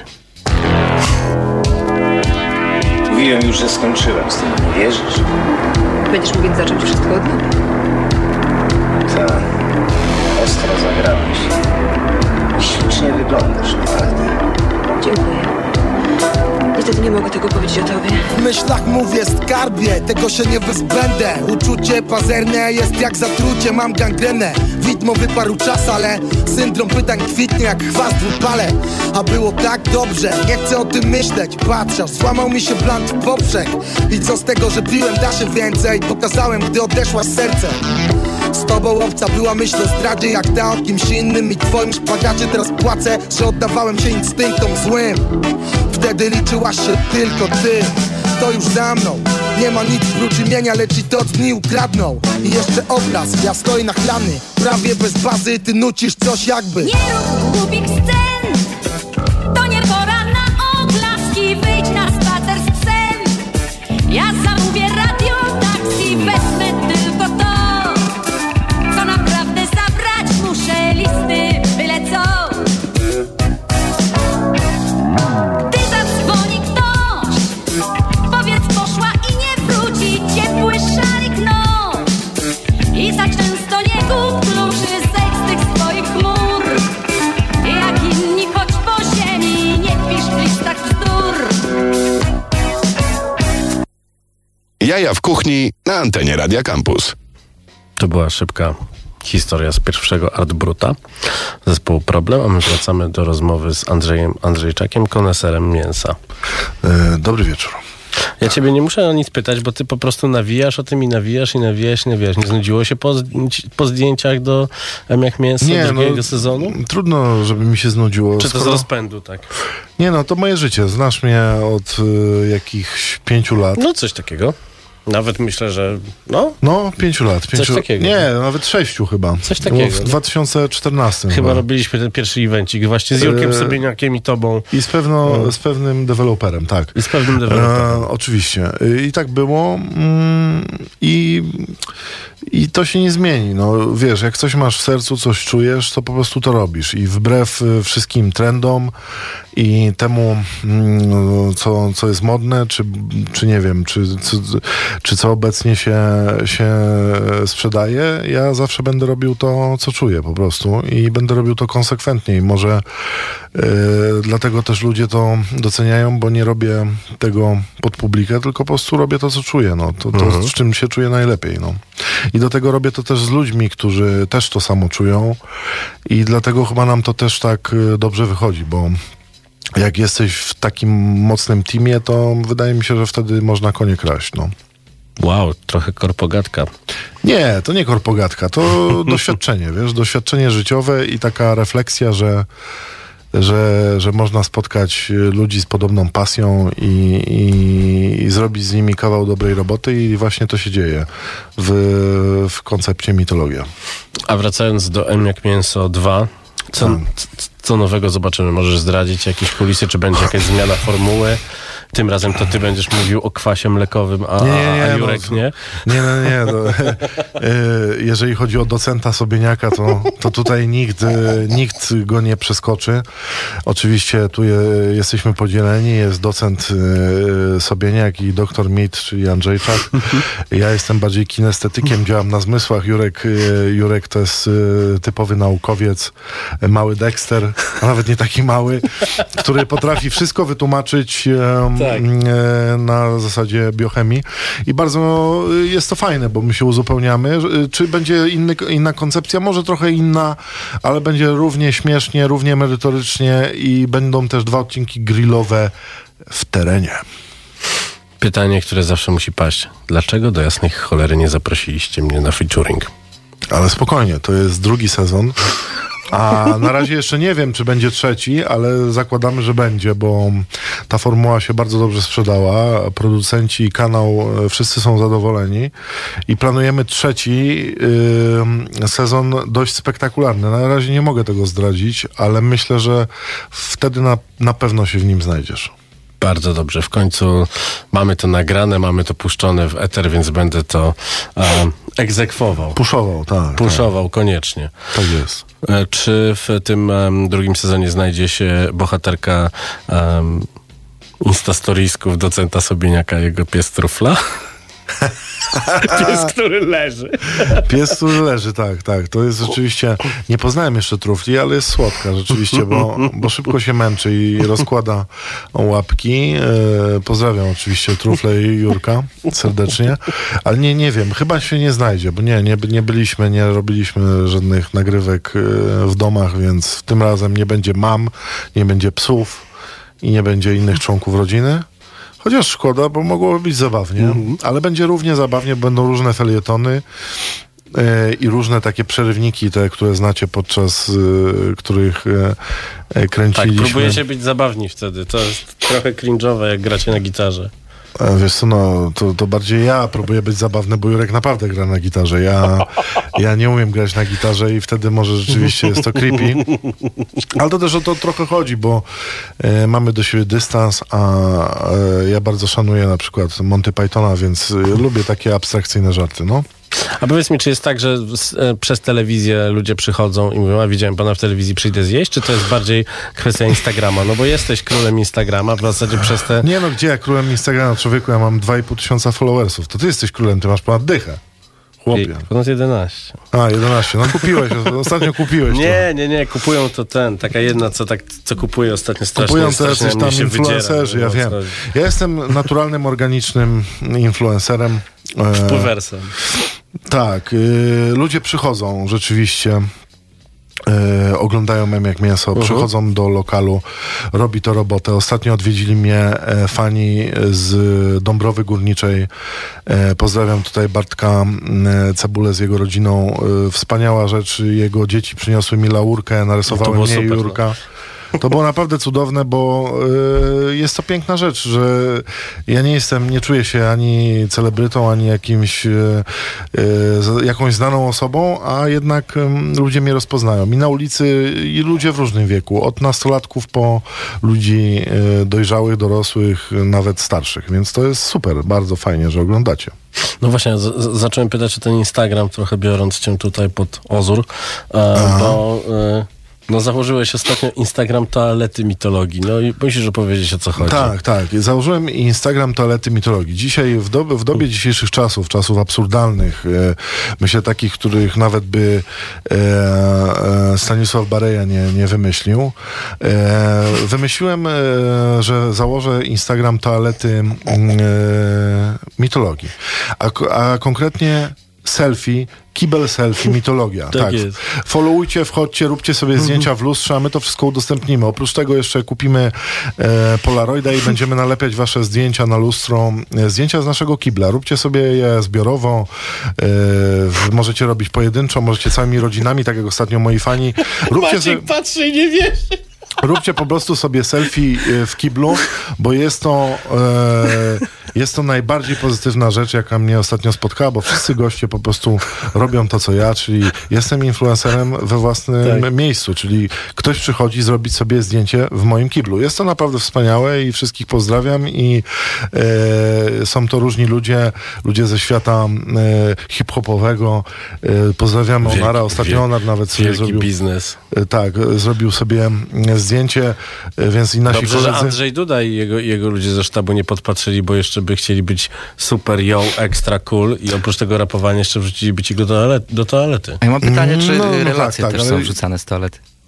Mówiłem już, że skończyłem z tym, nie wierzysz? Będziesz mówić, zacząć wszystko od nowa. Tak. Ostro zagrałeś. Ślicznie wyglądasz, naprawdę. Dziękuję. Niestety nie mogę tego powiedzieć o tobie. W myślach mówię skarbie, tego się nie wyzbędę. Uczucie pazerne jest jak zatrucie, mam gangrenę. Widmo wyparł czas, ale syndrom pytań kwitnie jak chwast w upale. A było tak dobrze, nie chcę o tym myśleć. Patrz, aż złamał mi się blant w poprzek. I co z tego, że piłem, da się więcej. Pokazałem, gdy odeszła serce. Z tobą obca była myśl o zdradzie, jak ta o kimś innym i twoim szpagacie. Teraz płacę, że oddawałem się instynktom złym. Wtedy liczyłaś się tylko ty. To już za mną, nie ma nic prócz imienia, lecz i to dni ukradną. I jeszcze obraz, ja stoję nachlany, prawie bez bazy, ty nucisz coś jakby. Nie rób głupich scen, to nie pora na oklaski. Wyjdź na spacer z psem, ja zamówię radio, taksi, wezmę tylko to, co naprawdę zabrać muszę, listy, byle co. Gdy zadzwoni ktoś, powiedz poszła i nie wróci, ciepły szalik nos. I za często nie kup kluczy, zejdź z tych swoich chmur. Jak inni chodź po ziemi, nie pisz w listach bzdur. Jaja w kuchni na antenie Radia Campus. To była szybka historia z pierwszego Art Bruta zespołu Problem, a my wracamy do rozmowy z Andrzejem Andrzejczakiem, koneserem mięsa. E, dobry wieczór. Ja ciebie nie muszę o nic pytać, bo ty po prostu nawijasz o tym i nawijasz i nawijasz i nawijasz. Nie znudziło się po, po zdjęciach do M jak mięso nie, drugiego no, sezonu? Trudno, żeby mi się znudziło. Czy to skoro... z rozpędu, tak? Nie no, to moje życie. Znasz mnie od y, jakichś pięciu lat. No coś takiego. Nawet myślę, że no... No, pięciu lat. Pięciu... Coś takiego. Nie, nawet sześciu chyba. Coś takiego. W dwa tysiące czternastym. Chyba, chyba robiliśmy ten pierwszy evencik właśnie z Jurkiem e... Sobieniakiem i tobą. I z, pewno, no. z pewnym deweloperem, tak. I z pewnym deweloperem. E, oczywiście. I tak było. Mm, I... I to się nie zmieni. No, wiesz, jak coś masz w sercu, coś czujesz, to po prostu to robisz. I wbrew wszystkim trendom i temu, co, co jest modne, czy, czy nie wiem, czy, czy, czy co obecnie się, się sprzedaje, ja zawsze będę robił to, co czuję po prostu i będę robił to konsekwentnie. I może yy, dlatego też ludzie to doceniają, bo nie robię tego pod publikę, tylko po prostu robię to, co czuję. No, to, to mhm. z czym się czuję najlepiej. No. I do tego robię to też z ludźmi, którzy też to samo czują i dlatego chyba nam to też tak dobrze wychodzi, bo jak jesteś w takim mocnym teamie, to wydaje mi się, że wtedy można konie kraść, no. Wow, trochę korpogatka. Nie, to nie korpogatka, to doświadczenie, wiesz, doświadczenie życiowe i taka refleksja, że Że, że można spotkać ludzi z podobną pasją i, i, i zrobić z nimi kawał dobrej roboty i właśnie to się dzieje w, w koncepcie mitologia. A wracając do M jak mięso dwa, co, co nowego zobaczymy? Możesz zdradzić jakieś kulisy, czy będzie jakaś zmiana formuły? Tym razem to ty będziesz mówił o kwasie mlekowym, a, nie, nie, nie, a Jurek no, nie? Nie, nie, nie. To, jeżeli chodzi o docenta Sobieniaka, to, to tutaj nikt, nikt go nie przeskoczy. Oczywiście tu je, jesteśmy podzieleni. Jest docent Sobieniak i doktor Mit, czyli Andrzejczak. Ja jestem bardziej kinestetykiem, działam na zmysłach. Jurek, Jurek to jest typowy naukowiec, mały Dexter, a nawet nie taki mały, który potrafi wszystko wytłumaczyć um, Tak. e, na zasadzie biochemii i bardzo jest to fajne, bo my się uzupełniamy. Czy będzie inny, inna koncepcja? Może trochę inna, ale będzie równie śmiesznie, równie merytorycznie i będą też dwa odcinki grillowe w terenie. Pytanie, które zawsze musi paść. Dlaczego do jasnej cholery nie zaprosiliście mnie na featuring? Ale spokojnie, to jest drugi sezon. A na razie jeszcze nie wiem, czy będzie trzeci, ale zakładamy, że będzie, bo ta formuła się bardzo dobrze sprzedała. Producenci i kanał, wszyscy są zadowoleni i planujemy trzeci yy, sezon dość spektakularny. Na razie nie mogę tego zdradzić, ale myślę, że wtedy na, na pewno się w nim znajdziesz. Bardzo dobrze. W końcu mamy to nagrane, mamy to puszczone w eter, więc będę to e, egzekwował. Puszował, tak. Puszował, tak. koniecznie. Tak jest. E, czy w tym um, drugim sezonie znajdzie się bohaterka um, instastorisków docenta Sobieniaka, jego pies Trufla? Pies, który leży. Pies, który leży, tak, tak. To jest rzeczywiście... Nie poznałem jeszcze trufli, ale jest słodka rzeczywiście, bo, bo szybko się męczy i rozkłada łapki. E, pozdrawiam oczywiście trufle i Jurka serdecznie. Ale nie, nie wiem, chyba się nie znajdzie, bo nie, nie, nie byliśmy, nie robiliśmy żadnych nagrywek w domach, więc tym razem nie będzie mam, nie będzie psów i nie będzie innych członków rodziny. Chociaż szkoda, bo mogłoby być zabawnie, mm-hmm. ale będzie równie zabawnie, będą różne felietony yy, i różne takie przerywniki, te, które znacie podczas yy, których yy, kręciliśmy. Tak, próbujecie być zabawni wtedy. To jest trochę cringe'owe, jak gracie na gitarze. Wiesz co, no, to, to bardziej ja próbuję być zabawny, bo Jurek naprawdę gra na gitarze. Ja, ja nie umiem grać na gitarze i wtedy może rzeczywiście jest to creepy. Ale to też o to trochę chodzi, bo e, mamy do siebie dystans, a e, ja bardzo szanuję na przykład Monty Pythona, więc e, lubię takie abstrakcyjne żarty, no. A powiedz mi, czy jest tak, że z, e, przez telewizję ludzie przychodzą i mówią, a widziałem pana w telewizji, przyjdę zjeść, czy to jest bardziej kwestia Instagrama? No bo jesteś królem Instagrama, w zasadzie przez te... Nie no, gdzie ja królem Instagrama? Człowieku, ja mam dwa i pół tysiąca followersów. To ty jesteś królem, ty masz ponad dychę. Chłopie. Ponad jedenaście. A, jedenaście. No kupiłeś, ostatnio kupiłeś. Nie, to. nie, nie, kupują to ten, taka jedna, co tak, co kupuje ostatnio strasznie. Kupują te coś tam influencerzy, wydziera, ja wiem. Ja jestem naturalnym, organicznym influencerem. Wpływersem. Tak, y, ludzie przychodzą rzeczywiście, y, oglądają Mem jak mięso, uh-huh. przychodzą do lokalu, robi to robotę. Ostatnio odwiedzili mnie e, fani z Dąbrowy Górniczej. E, pozdrawiam tutaj Bartka e, Cebulę z jego rodziną. E, wspaniała rzecz, jego dzieci przyniosły mi laurkę, narysowały mnie i Jurka. No. To było naprawdę cudowne, bo y, jest to piękna rzecz, że ja nie jestem, nie czuję się ani celebrytą, ani jakimś, y, y, jakąś znaną osobą, a jednak y, ludzie mnie rozpoznają. I na ulicy, i ludzie w różnym wieku, od nastolatków po ludzi y, dojrzałych, dorosłych, nawet starszych. Więc to jest super, bardzo fajnie, że oglądacie. No właśnie, z- z- zacząłem pytać o ten Instagram, trochę biorąc cię tutaj pod ozór, e, bo... E, No założyłeś ostatnio Instagram Toalety Mitologii. No i musisz opowiedzieć, o co chodzi. Tak, tak. Założyłem Instagram Toalety Mitologii. Dzisiaj, w, dob- w dobie dzisiejszych czasów, czasów absurdalnych, e, myślę takich, których nawet by e, e, Stanisław Bareja nie, nie wymyślił, e, wymyśliłem, e, że założę Instagram Toalety e, Mitologii. A, a konkretnie selfie, kibel selfie, mitologia. Tak, tak jest. Followujcie, wchodźcie, róbcie sobie zdjęcia w lustrze, a my to wszystko udostępnimy. Oprócz tego jeszcze kupimy e, Polaroida i będziemy nalepiać wasze zdjęcia na lustro. E, zdjęcia z naszego kibla. Róbcie sobie je zbiorowo. E, w, możecie robić pojedynczo, możecie całymi rodzinami, tak jak ostatnio moi fani. Róbcie Maciek sobie... patrzy i nie wierzy. Róbcie po prostu sobie selfie w kiblu, bo jest to e, jest to najbardziej pozytywna rzecz, jaka mnie ostatnio spotkała, bo wszyscy goście po prostu robią to, co ja, czyli jestem influencerem we własnym tak. miejscu, czyli ktoś przychodzi zrobić sobie zdjęcie w moim kiblu. Jest to naprawdę wspaniałe i wszystkich pozdrawiam i e, są to różni ludzie, ludzie ze świata e, hip-hopowego. E, pozdrawiam wielki, Onara. Ostatnio Onar nawet sobie zrobił... biznes. E, tak, zrobił sobie zdjęcie, więc i nasi Dobrze, koledzy... że Andrzej Duda i jego, jego ludzie ze sztabu nie podpatrzyli, bo jeszcze by chcieli być super yo, extra cool i oprócz tego rapowania jeszcze wrzuciliby ci go do, toalet, do toalety. A ja mam pytanie, czy no, no relacje tak, też tak, są ale... wrzucane z toalety?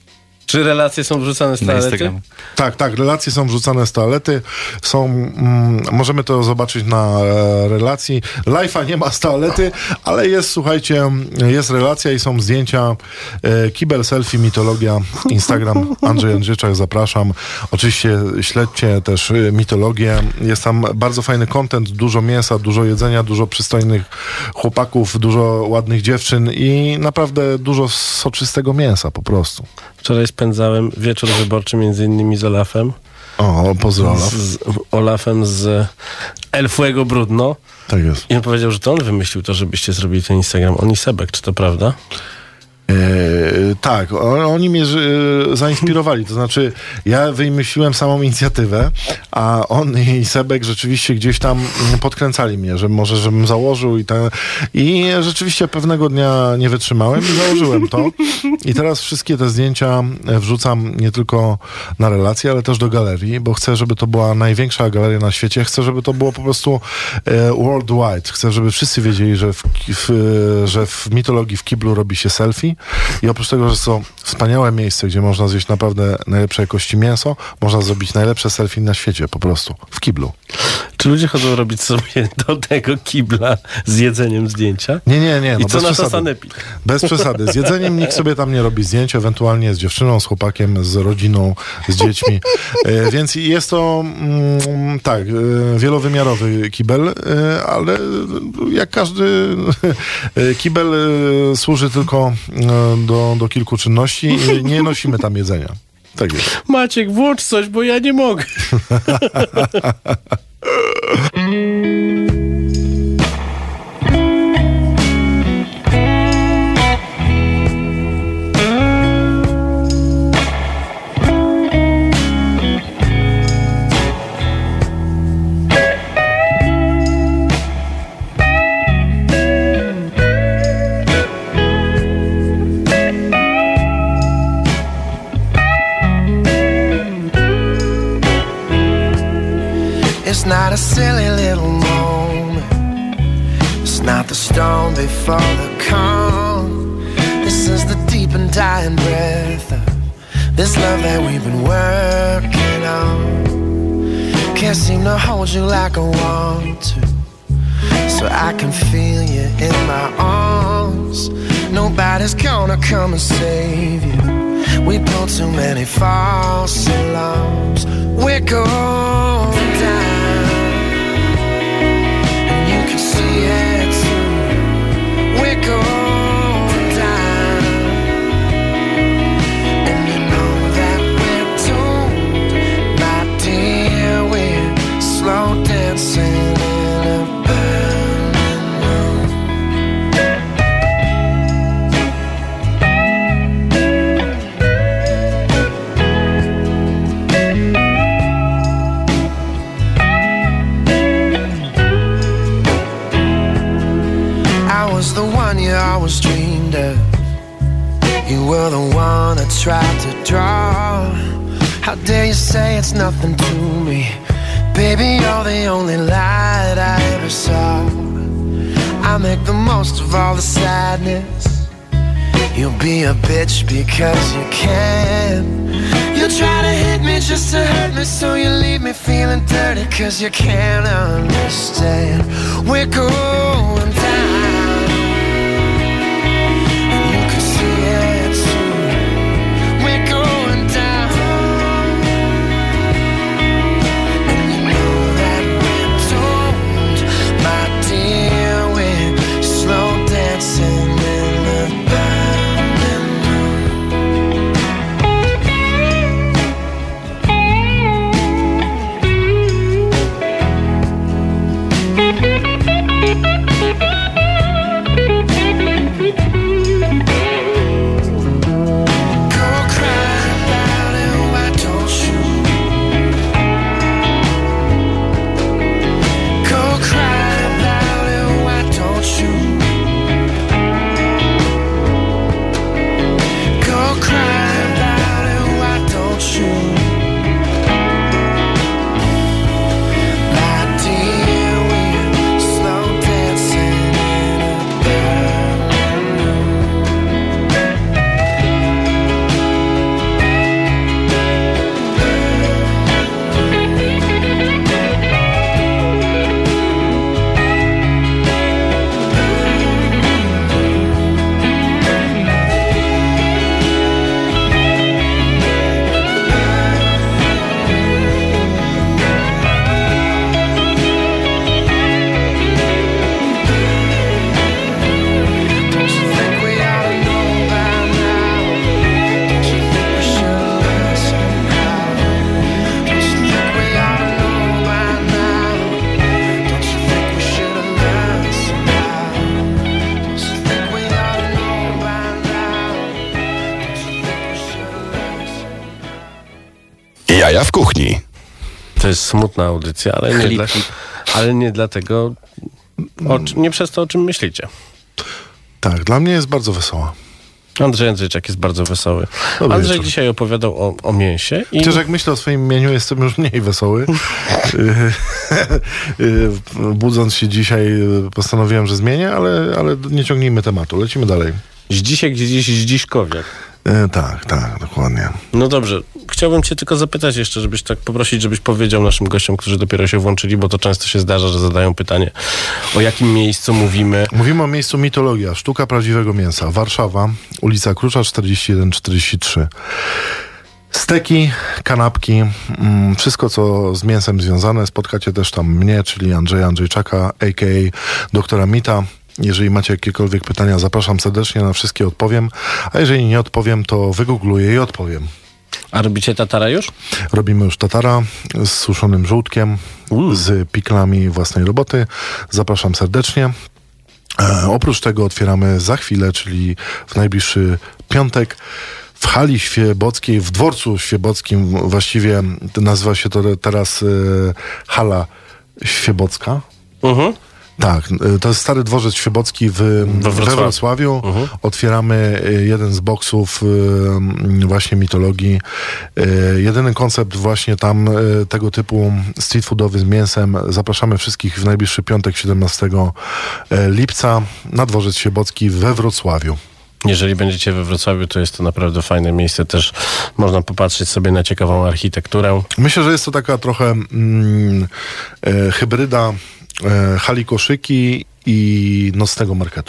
Czy relacje są wrzucane z toalety? Tak, tak, relacje są wrzucane z toalety. Są, mm, możemy to zobaczyć na e, relacji. Live'a nie ma z toalety, ale jest, słuchajcie, jest relacja i są zdjęcia. E, kibel, selfie, mitologia, Instagram, Andrzej Jędrzejczak, zapraszam. Oczywiście śledźcie też mitologię. Jest tam bardzo fajny content, dużo mięsa, dużo jedzenia, dużo przystojnych chłopaków, dużo ładnych dziewczyn i naprawdę dużo soczystego mięsa po prostu. Wczoraj spędzałem wieczór wyborczy między innymi z Olafem. O, pozdro Olaf. Z, z Olafem z El Fuego Brudno. Tak jest. I on powiedział, że to on wymyślił to, żebyście zrobili ten Instagram. On i Sebek, czy to prawda? Yy, tak, o, oni mnie yy, zainspirowali, to znaczy ja wymyśliłem samą inicjatywę, a on i Sebek rzeczywiście gdzieś tam podkręcali mnie, że może żebym założył i ten, i rzeczywiście pewnego dnia nie wytrzymałem i założyłem to i teraz wszystkie te zdjęcia wrzucam nie tylko na relacje, ale też do galerii, bo chcę, żeby to była największa galeria na świecie, chcę, żeby to było po prostu e, worldwide, chcę, żeby wszyscy wiedzieli, że w, w, że w mitologii w kiblu robi się selfie. I oprócz tego, że są wspaniałe miejsce, gdzie można zjeść naprawdę najlepszej jakości mięso, można zrobić najlepsze selfie na świecie, po prostu, w kiblu. Czy ludzie chodzą robić sobie do tego kibla z jedzeniem zdjęcia? Nie, nie, nie. No, I co bez na przesady. to sanepid? Bez przesady. Z jedzeniem nikt sobie tam nie robi zdjęć, ewentualnie z dziewczyną, z chłopakiem, z rodziną, z dziećmi. E, więc jest to mm, tak, e, wielowymiarowy kibel, e, ale jak każdy e, kibel e, służy tylko e, do, do kilku czynności i nie nosimy tam jedzenia. Tak jest. Maciek, włącz coś, bo ja nie mogę. It's not a silly little moment. It's not the storm before the calm. This is the deep and dying breath of this love that we've been working on. Can't seem to hold you like I want to, so I can feel you in my arms. Nobody's gonna come and save you. We built too many false alarms. We're going down. We're going down, and you know that we're doomed, my dear. We're slow dancing in a burning room. I was the one you always dreamed of. You were the one I tried to draw. How dare you say it's nothing to me? Baby, you're the only light I ever saw. I make the most of all the sadness. You'll be a bitch because you can. You try to hit me just to hurt me, so you leave me feeling dirty cause you can't understand. We're going down. Jaja w kuchni. To jest smutna audycja, ale nie, dla, ale nie dlatego, o, nie przez to, o czym myślicie. Tak, dla mnie jest bardzo wesoła. Andrzej Jędrzejczak jest bardzo wesoły. Dobry Andrzej wieczór. dzisiaj opowiadał o, o mięsie. I... Chociaż jak myślę o swoim imieniu, jestem już mniej wesoły. Budząc się dzisiaj, postanowiłem, że zmienię, ale, ale nie ciągnijmy tematu. Lecimy dalej. Zdzisiek, dziś, Zdziszkowiak. E, tak, tak, dokładnie. No dobrze. Chciałbym cię tylko zapytać jeszcze, żebyś tak poprosić, żebyś powiedział naszym gościom, którzy dopiero się włączyli, bo to często się zdarza, że zadają pytanie, o jakim miejscu mówimy. Mówimy o miejscu Mitologia, sztuka prawdziwego mięsa. Warszawa, ulica Krucza czterdzieści jeden czterdzieści trzy. Steki, kanapki, mm, wszystko co z mięsem związane. Spotkacie też tam mnie, czyli Andrzeja Andrzejczaka, a k a doktora Mita. Jeżeli macie jakiekolwiek pytania, zapraszam serdecznie, na wszystkie odpowiem. A jeżeli nie odpowiem, to wygoogluję i odpowiem. A robicie tatara już? Robimy już tatara z suszonym żółtkiem, mm. z piklami własnej roboty. Zapraszam serdecznie. E, oprócz tego otwieramy za chwilę, czyli w najbliższy piątek, w hali świebockiej, w dworcu świebockim, właściwie nazywa się to teraz e, hala świebocka. Mhm. Tak, to jest stary dworzec świebocki w, we Wrocławiu. We Wrocławiu. Uh-huh. Otwieramy jeden z boksów właśnie mitologii. Jedyny koncept właśnie tam tego typu street foodowy z mięsem. Zapraszamy wszystkich w najbliższy piątek, siedemnastego lipca na dworzec świebocki we Wrocławiu. Jeżeli będziecie we Wrocławiu, to jest to naprawdę fajne miejsce. Też można popatrzeć sobie na ciekawą architekturę. Myślę, że jest to taka trochę mm, e, hybryda e, hali koszyki i nocnego marketu.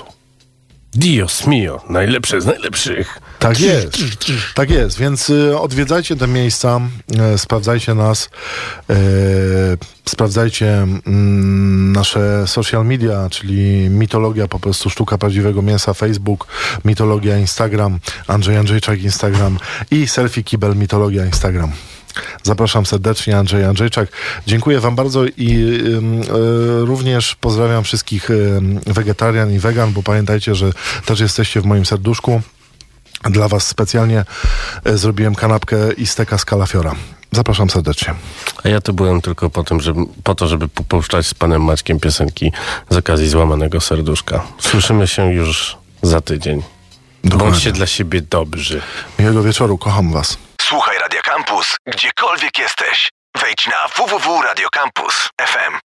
Dios mio, najlepsze z najlepszych. Tak jest, tak jest, więc y, odwiedzajcie te miejsca, y, sprawdzajcie nas, y, sprawdzajcie y, nasze social media, czyli Mitologia, po prostu Sztuka Prawdziwego Mięsa, Facebook, Mitologia, Instagram, Andrzej Andrzejczak, Instagram i Selfie Kibel, Mitologia, Instagram. Zapraszam serdecznie, Andrzej Andrzejczak. Dziękuję wam bardzo i y, y, również pozdrawiam wszystkich y, wegetarian i wegan, bo pamiętajcie, że też jesteście w moim serduszku. Dla was specjalnie y, zrobiłem kanapkę i steka z kalafiora. Zapraszam serdecznie. A ja tu byłem tylko po tym, żeby, po to, żeby puszczać z panem Maćkiem piosenki z okazji złamanego serduszka. Słyszymy się już za tydzień. Dokładnie. Bądźcie dla siebie dobrzy. Miłego wieczoru, kocham was. Słuchaj Radia Campus, gdziekolwiek jesteś. Wejdź na w w w kropka radio campus kropka f m.